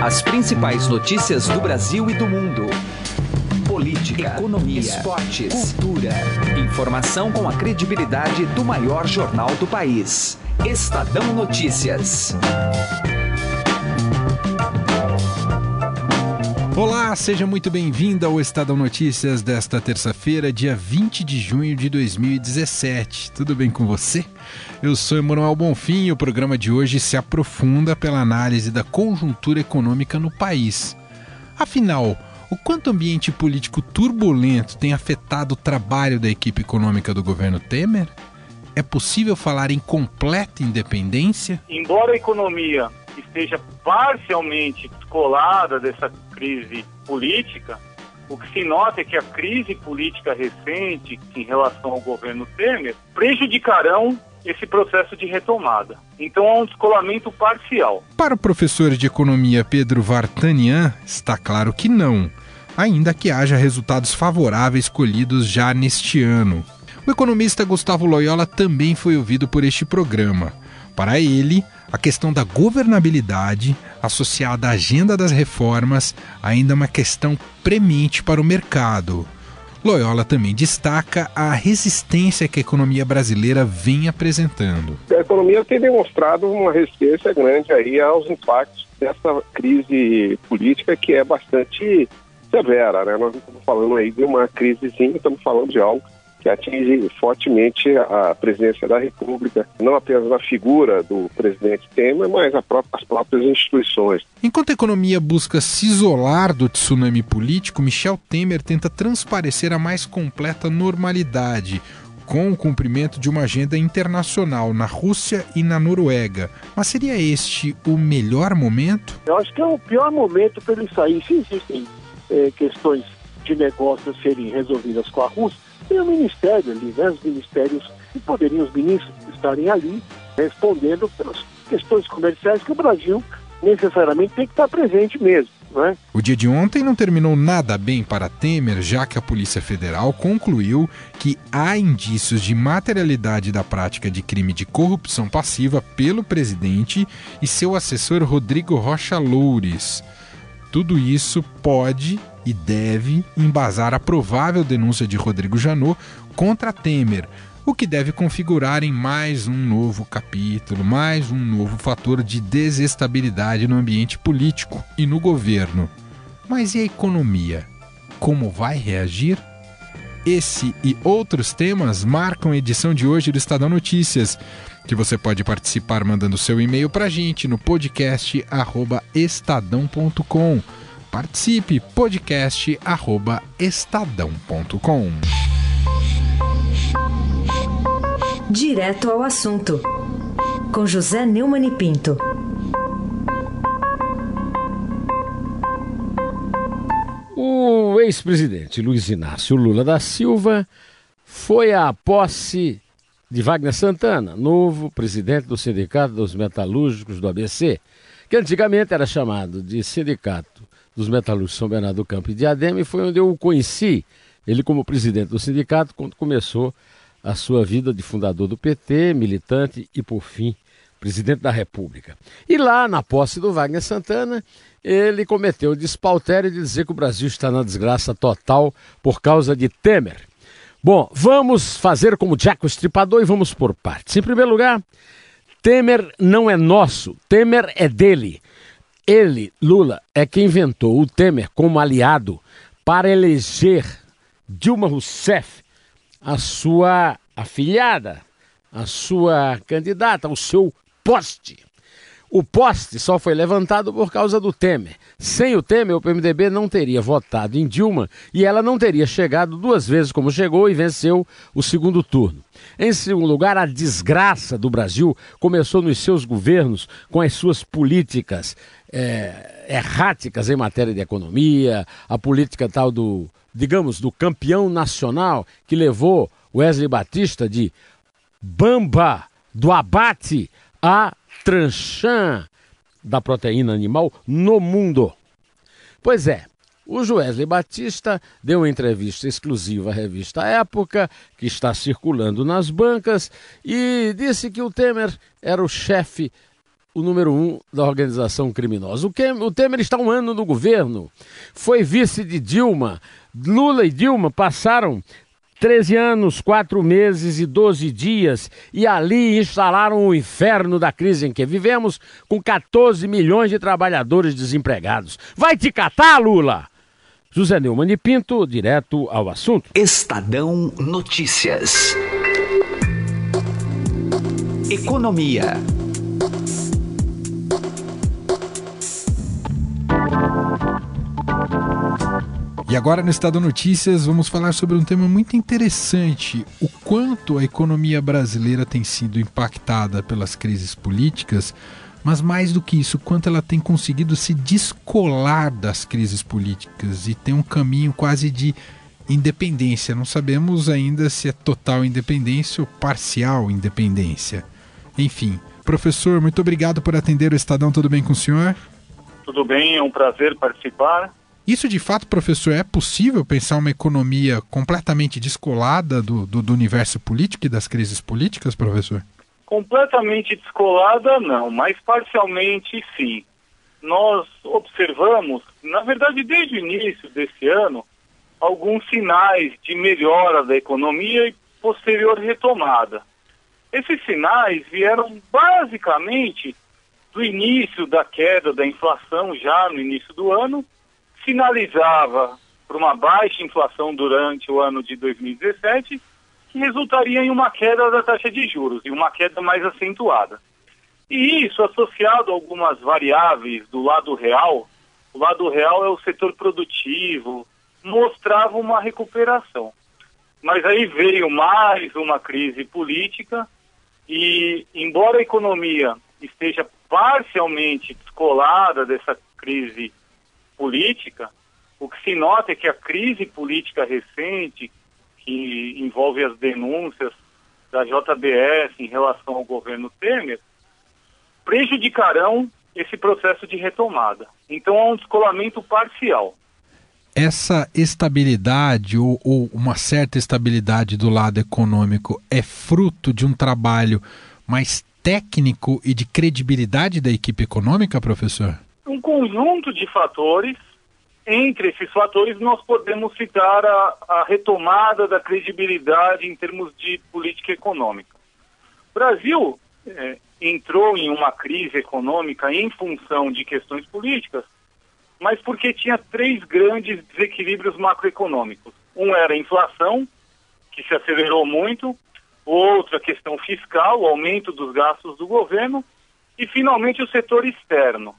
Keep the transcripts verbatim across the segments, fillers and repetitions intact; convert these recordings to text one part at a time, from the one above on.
As principais notícias do Brasil e do mundo. Política, economia, esportes, cultura. Informação com a credibilidade do maior jornal do país. Estadão Notícias. Olá, seja muito bem-vindo ao Estadão Notícias desta terça-feira, dia vinte de junho de dois mil e dezessete. Tudo bem com você? Eu sou Emanuel Bonfim e o programa de hoje se aprofunda pela análise da conjuntura econômica no país. Afinal, o quanto o ambiente político turbulento tem afetado o trabalho da equipe econômica do governo Temer? É possível falar em completa independência? Embora a economia esteja parcialmente descolada dessa crise política, o que se nota é que a crise política recente em relação ao governo Temer prejudicarão esse processo de retomada. Então há um descolamento parcial. Para o professor de economia Pedro Vartanian, está claro que não, ainda que haja resultados favoráveis colhidos já neste ano. O economista Gustavo Loyola também foi ouvido por este programa. Para ele, a questão da governabilidade, associada à agenda das reformas, ainda é uma questão premente para o mercado. Loyola também destaca a resistência que a economia brasileira vem apresentando. A economia tem demonstrado uma resistência grande aí aos impactos dessa crise política que é bastante severa, né? Nós não estamos falando aí de uma crisezinha, estamos falando de algo que atinge fortemente a presidência da República, não apenas a figura do presidente Temer, mas as próprias instituições. Enquanto a economia busca se isolar do tsunami político, Michel Temer tenta transparecer a mais completa normalidade, com o cumprimento de uma agenda internacional na Rússia e na Noruega. Mas seria este o melhor momento? Eu acho que é o pior momento para ele sair. Se existem é, questões de negócios serem resolvidas com a Rússia, tem o ministério ali, né? Os ministérios, e poderiam os ministros estarem ali respondendo pelas questões comerciais que o Brasil necessariamente tem que estar presente mesmo, né? O dia de ontem não terminou nada bem para Temer, já que a Polícia Federal concluiu que há indícios de materialidade da prática de crime de corrupção passiva pelo presidente e seu assessor Rodrigo Rocha Loures. Tudo isso pode e deve embasar a provável denúncia de Rodrigo Janot contra Temer, o que deve configurar em mais um novo capítulo, mais um novo fator de desestabilidade no ambiente político e no governo. Mas e a economia? Como vai reagir? Esse e outros temas marcam a edição de hoje do Estadão Notícias, que você pode participar mandando seu e-mail para a gente no podcast arroba estadão ponto com. Participe, podcast arroba estadão ponto com. Direto ao assunto, com José Neumann e Pinto. O ex-presidente Luiz Inácio Lula da Silva foi à posse de Wagner Santana, novo presidente do Sindicato dos Metalúrgicos do A B C, que antigamente era chamado de Sindicato dos Metalúrgicos São Bernardo do Campo e Diadema, e foi onde eu o conheci, ele como presidente do sindicato, quando começou a sua vida de fundador do P T, militante e, por fim, presidente da República. E lá, na posse do Wagner Santana, ele cometeu o despautério de dizer que o Brasil está na desgraça total por causa de Temer. Bom, vamos fazer como Jack o Estripador e vamos por partes. Em primeiro lugar, Temer não é nosso, Temer é dele. Ele, Lula, é quem inventou o Temer como aliado para eleger Dilma Rousseff, a sua afilhada, a sua candidata, o seu poste. O poste só foi levantado por causa do Temer. Sem o Temer, o P M D B não teria votado em Dilma e ela não teria chegado duas vezes como chegou e venceu o segundo turno. Em segundo lugar, a desgraça do Brasil começou nos seus governos com as suas políticas é, erráticas em matéria de economia, a política tal do, digamos, do campeão nacional que levou Wesley Batista de bamba do abate a tranchã da proteína animal no mundo. Pois é, o Wesley Batista deu uma entrevista exclusiva à revista Época, que está circulando nas bancas, e disse que o Temer era o chefe o número um da organização criminosa. O Temer está um ano no governo, foi vice de Dilma. Lula e Dilma passaram treze anos, quatro meses e doze dias e ali instalaram o inferno da crise em que vivemos, com quatorze milhões de trabalhadores desempregados. Vai te catar, Lula! José Neumann e Pinto, direto ao assunto. Estadão Notícias. Economia. E agora no Estadão Notícias vamos falar sobre um tema muito interessante: o quanto a economia brasileira tem sido impactada pelas crises políticas, mas mais do que isso, quanto ela tem conseguido se descolar das crises políticas e tem um caminho quase de independência. Não sabemos ainda se é total independência ou parcial independência. Enfim, professor, muito obrigado por atender o Estadão. Tudo bem com o senhor? Tudo bem, é um prazer participar. Isso de fato, professor, é possível pensar uma economia completamente descolada do, do, do universo político e das crises políticas, professor? Completamente descolada, não, mas parcialmente sim. Nós observamos, na verdade desde o início desse ano, alguns sinais de melhora da economia e posterior retomada. Esses sinais vieram basicamente do início da queda da inflação já no início do ano, sinalizava por uma baixa inflação durante o ano de dois mil e dezessete, que resultaria em uma queda da taxa de juros, e uma queda mais acentuada. E isso, associado a algumas variáveis do lado real, o lado real é o setor produtivo, mostrava uma recuperação. Mas aí veio mais uma crise política e, embora a economia esteja parcialmente descolada dessa crise política, o que se nota é que a crise política recente, que envolve as denúncias da J B S em relação ao governo Temer, prejudicarão esse processo de retomada. Então há um descolamento parcial. Essa estabilidade ou, ou uma certa estabilidade do lado econômico é fruto de um trabalho mais técnico e de credibilidade da equipe econômica, professor? Um conjunto de fatores. Entre esses fatores, nós podemos citar a, a retomada da credibilidade em termos de política econômica. O Brasil é, entrou em uma crise econômica em função de questões políticas, mas porque tinha três grandes desequilíbrios macroeconômicos. Um era a inflação, que se acelerou muito, outra a questão fiscal, o aumento dos gastos do governo, e finalmente o setor externo.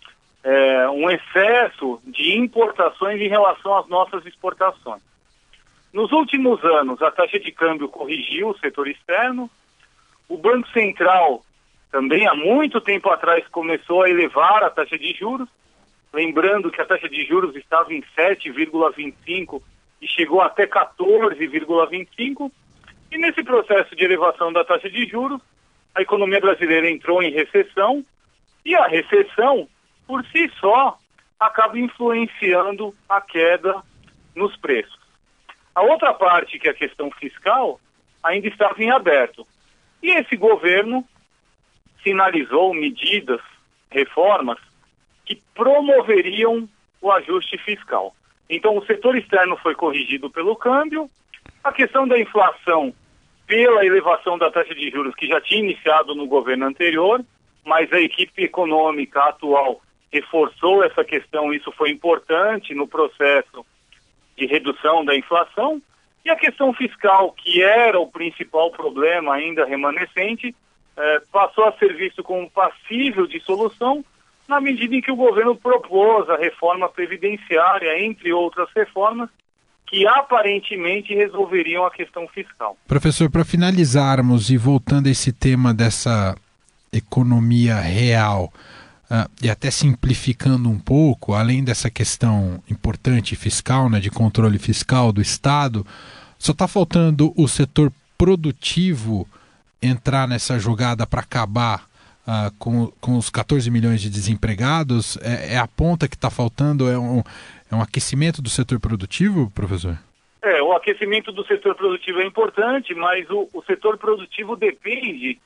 É, um excesso de importações em relação às nossas exportações. Nos últimos anos, a taxa de câmbio corrigiu o setor externo. O Banco Central, também há muito tempo atrás, começou a elevar a taxa de juros. Lembrando que a taxa de juros estava em sete vírgula vinte e cinco e chegou até quatorze vírgula vinte e cinco. E nesse processo de elevação da taxa de juros, a economia brasileira entrou em recessão. E a recessão, por si só, acaba influenciando a queda nos preços. A outra parte, que é a questão fiscal, ainda estava em aberto. E esse governo sinalizou medidas, reformas, que promoveriam o ajuste fiscal. Então, o setor externo foi corrigido pelo câmbio, a questão da inflação pela elevação da taxa de juros, que já tinha iniciado no governo anterior, mas a equipe econômica atual reforçou essa questão, isso foi importante no processo de redução da inflação, e a questão fiscal, que era o principal problema ainda remanescente, eh, passou a ser visto como passível de solução, na medida em que o governo propôs a reforma previdenciária, entre outras reformas, que aparentemente resolveriam a questão fiscal. Professor, para finalizarmos e voltando a esse tema dessa economia real, Uh, e até simplificando um pouco, além dessa questão importante fiscal, né, de controle fiscal do Estado, só está faltando o setor produtivo entrar nessa jogada para acabar uh, com, com os quatorze milhões de desempregados? É, é a ponta que está faltando? É um, é um aquecimento do setor produtivo, professor? É, o aquecimento do setor produtivo é importante, mas o, o setor produtivo depende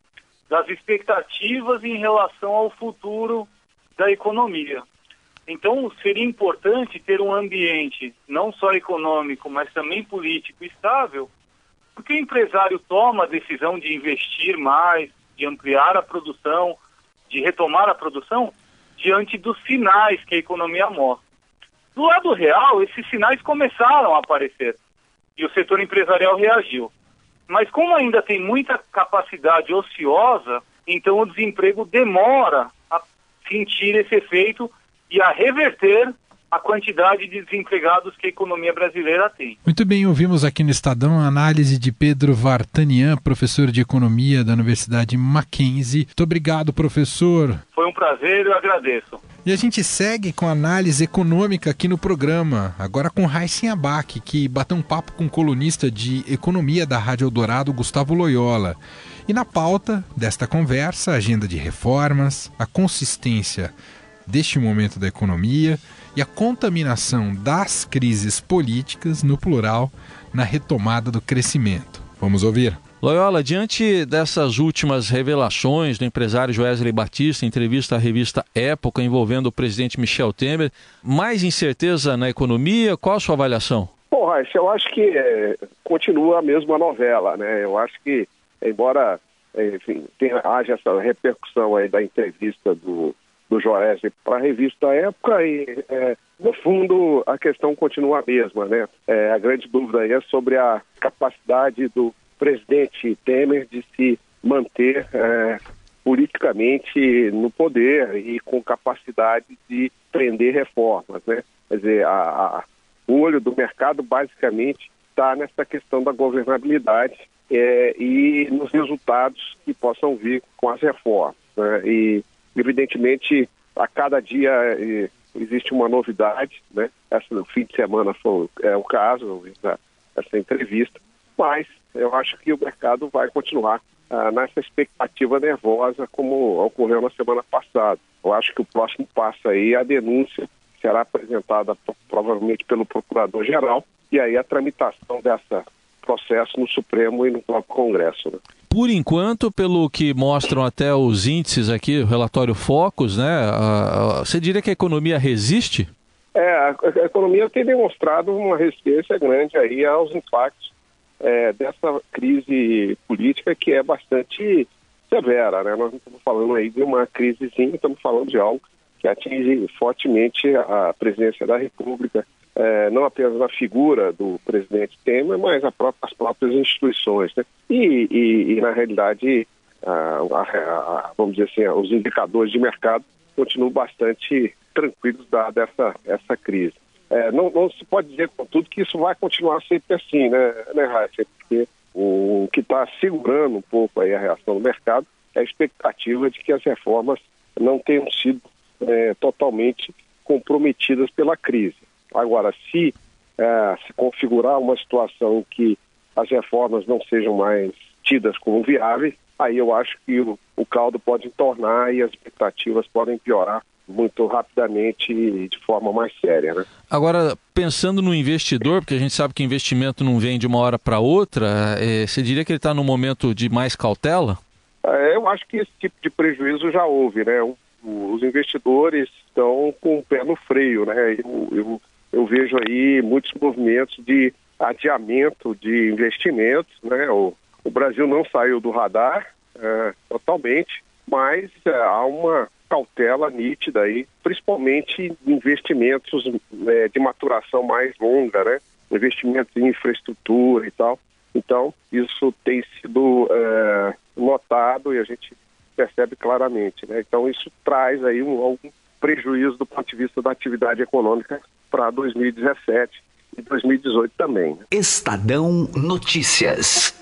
das expectativas em relação ao futuro da economia. Então, seria importante ter um ambiente não só econômico, mas também político estável, porque o empresário toma a decisão de investir mais, de ampliar a produção, de retomar a produção, diante dos sinais que a economia mostra. Do lado real, esses sinais começaram a aparecer e o setor empresarial reagiu. Mas como ainda tem muita capacidade ociosa, então o desemprego demora a sentir esse efeito e a reverter a quantidade de desempregados que a economia brasileira tem. Muito bem, ouvimos aqui no Estadão a análise de Pedro Vartanian, professor de Economia da Universidade Mackenzie. Muito obrigado, professor. Foi um prazer, eu agradeço. E a gente segue com a análise econômica aqui no programa, agora com Raíssen Abac, que bateu um papo com o colunista de Economia da Rádio Eldorado, Gustavo Loyola. E na pauta desta conversa, a agenda de reformas, a consistência deste momento da economia e a contaminação das crises políticas, no plural, na retomada do crescimento. Vamos ouvir. Loyola, diante dessas últimas revelações do empresário Joesley Batista, em entrevista à revista Época, envolvendo o presidente Michel Temer, mais incerteza na economia? Qual a sua avaliação? Bom, Raíssa, eu acho que é, continua a mesma novela, né? Eu acho que, embora enfim, tenha, haja essa repercussão aí da entrevista do, do Joesley para a revista Época, e, é, no fundo, a questão continua a mesma, né? É, a grande dúvida aí é sobre a capacidade do presidente Temer de se manter é, politicamente no poder e com capacidade de prender reformas, né? Quer dizer, a, a, o olho do mercado basicamente está nessa questão da governabilidade é, e nos resultados que possam vir com as reformas, né? E, evidentemente, a cada dia é, existe uma novidade, né? Essa, no fim de semana foi é, o caso, essa, essa entrevista, mas eu acho que o mercado vai continuar ah, nessa expectativa nervosa como ocorreu na semana passada. Eu acho que o próximo passo aí é a denúncia que será apresentada provavelmente pelo Procurador-Geral e aí a tramitação desse processo no Supremo e no próprio Congresso, né? Por enquanto, pelo que mostram até os índices aqui, o relatório Focus, né? Ah, você diria que a economia resiste? É, a, a economia tem demonstrado uma resistência grande aí aos impactos É, dessa crise política que é bastante severa, né? Nós não estamos falando aí de uma crisezinha, estamos falando de algo que atinge fortemente a presidência da República, é, não apenas na figura do presidente Temer, mas a própria, as próprias instituições, né? E, e, e na realidade, a, a, a, vamos dizer assim, os indicadores de mercado continuam bastante tranquilos dada essa, essa crise. É, não, não se pode dizer, contudo, que isso vai continuar sempre assim, né, né Raíssa? Porque o que está segurando um pouco aí a reação do mercado é a expectativa de que as reformas não tenham sido é, totalmente comprometidas pela crise. Agora, se é, se configurar uma situação em que as reformas não sejam mais tidas como viáveis, aí eu acho que o, o caldo pode entornar e as expectativas podem piorar muito rapidamente e de forma mais séria, né? Agora, pensando no investidor, porque a gente sabe que investimento não vem de uma hora para outra, é, você diria que ele está num momento de mais cautela? É, eu acho que esse tipo de prejuízo já houve, né? O, o, os investidores estão com o pé no freio, né? Eu, eu, eu vejo aí muitos movimentos de adiamento de investimentos, né? O, o Brasil não saiu do radar é, totalmente, mas é, há uma cautela nítida aí, principalmente investimentos é, de maturação mais longa, né? Investimentos em infraestrutura e tal. Então, isso tem sido é, notado e a gente percebe claramente, né? Então, isso traz aí um, algum prejuízo do ponto de vista da atividade econômica para dois mil e dezessete e dois mil e dezoito também, né? Estadão Notícias.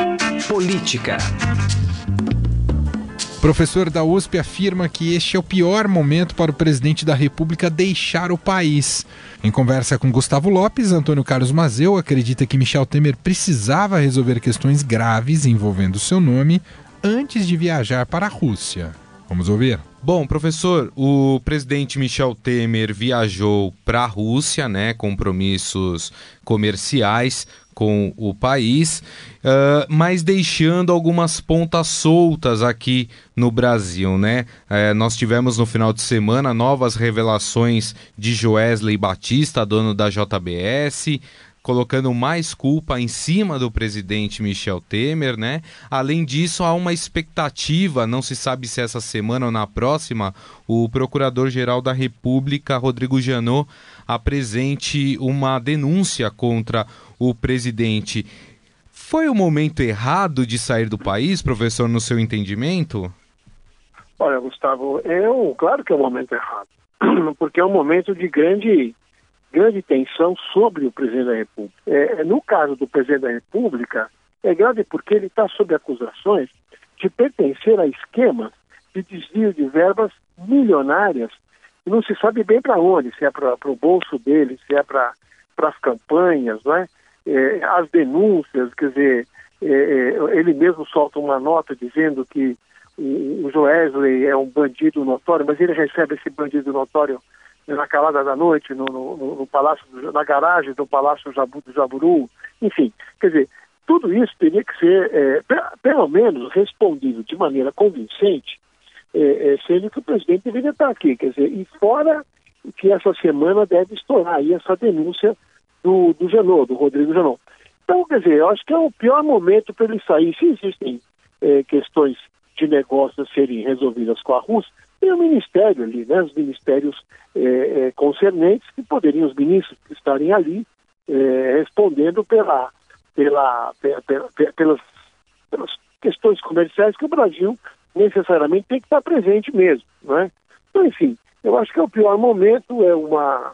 Política. Professor da U S P afirma que este é o pior momento para o presidente da República deixar o país. Em conversa com Gustavo Lopes, Antônio Carlos Mazeu acredita que Michel Temer precisava resolver questões graves envolvendo seu nome antes de viajar para a Rússia. Vamos ouvir. Bom, professor, o presidente Michel Temer viajou para a Rússia, né, compromissos comerciais. com o país, uh, mas deixando algumas pontas soltas aqui no Brasil, né? Uh, nós tivemos no final de semana novas revelações de Joesley Batista, dono da J B S, colocando mais culpa em cima do presidente Michel Temer, né? Além disso, há uma expectativa, não se sabe se essa semana ou na próxima, o Procurador-Geral da República, Rodrigo Janot, apresente uma denúncia contra o presidente. Foi o momento errado de sair do país, professor, no seu entendimento? Olha, Gustavo, é um, claro que é um momento errado, porque é um momento de grande, grande tensão sobre o presidente da República. É, no caso do presidente da República, é grave porque ele está sob acusações de pertencer a esquemas de desvio de verbas milionárias, e não se sabe bem para onde, se é para o bolso dele, se é para as campanhas, não é? É, as denúncias, quer dizer, é, é, ele mesmo solta uma nota dizendo que o, o Joesley é um bandido notório, mas ele recebe esse bandido notório na calada da noite, no, no, no palácio, na garagem do Palácio Jabu, do Jaburu, enfim, quer dizer, tudo isso teria que ser, é, pelo menos, respondido de maneira convincente, é, é, sendo que o presidente deveria estar aqui, quer dizer, e fora que essa semana deve estourar aí essa denúncia do, do Janot, do Rodrigo Janot. Então, quer dizer, eu acho que é o pior momento para ele sair. Se existem é, questões de negócios a serem resolvidas com a Rússia, tem o ministério ali, né, os ministérios é, é, concernentes, que poderiam, os ministros que estarem ali, é, respondendo pela, pela, pela, pela, pelas, pelas questões comerciais que o Brasil necessariamente tem que estar presente mesmo, não é? Então, enfim, eu acho que é o pior momento, é uma,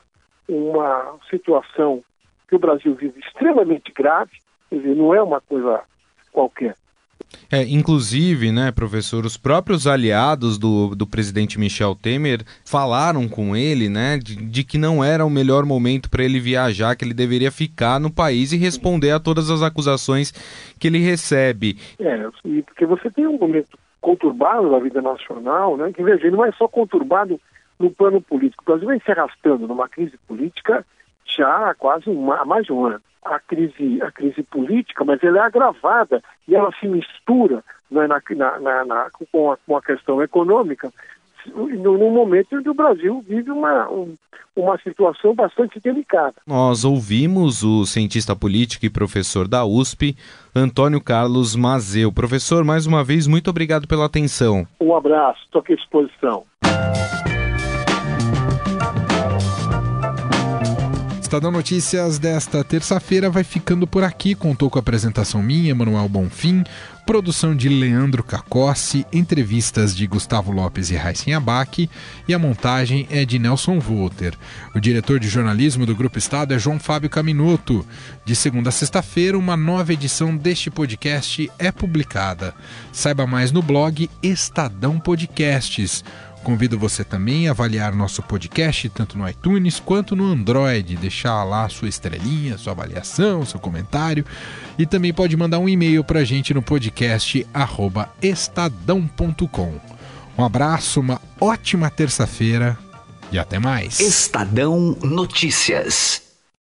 uma situação que o Brasil vive extremamente grave, quer dizer, não é uma coisa qualquer. É, inclusive, né, professor, os próprios aliados do, do presidente Michel Temer falaram com ele, né, de, de que não era o melhor momento para ele viajar, que ele deveria ficar no país e responder a todas as acusações que ele recebe. É, e porque você tem um momento conturbado da vida nacional, né, que, veja, não é só conturbado no plano político. O Brasil vem se arrastando numa crise política já há quase uma, há mais de um ano. A crise, a crise política, mas ela é agravada e ela se mistura, né, na, na, na, na, com, a, com a questão econômica, no, no momento em que o Brasil vive uma, um, uma situação bastante delicada. Nós ouvimos o cientista político e professor da U S P, Antônio Carlos Mazeu. Professor, mais uma vez, muito obrigado pela atenção. Um abraço, estou aqui à disposição. Estadão Notícias desta terça-feira vai ficando por aqui. Contou com a apresentação minha, Manuel Bonfim, produção de Leandro Cacossi, entrevistas de Gustavo Lopes e Raíssen Abac, e a montagem é de Nelson Volter. O diretor de jornalismo do Grupo Estado é João Fábio Caminoto. De segunda a sexta-feira, uma nova edição deste podcast é publicada. Saiba mais no blog Estadão Podcasts. Convido você também a avaliar nosso podcast tanto no iTunes quanto no Android, deixar lá sua estrelinha, sua avaliação, seu comentário, e também pode mandar um e-mail para a gente no podcast arroba estadão ponto com. Um abraço, uma ótima terça-feira e até mais. Estadão Notícias.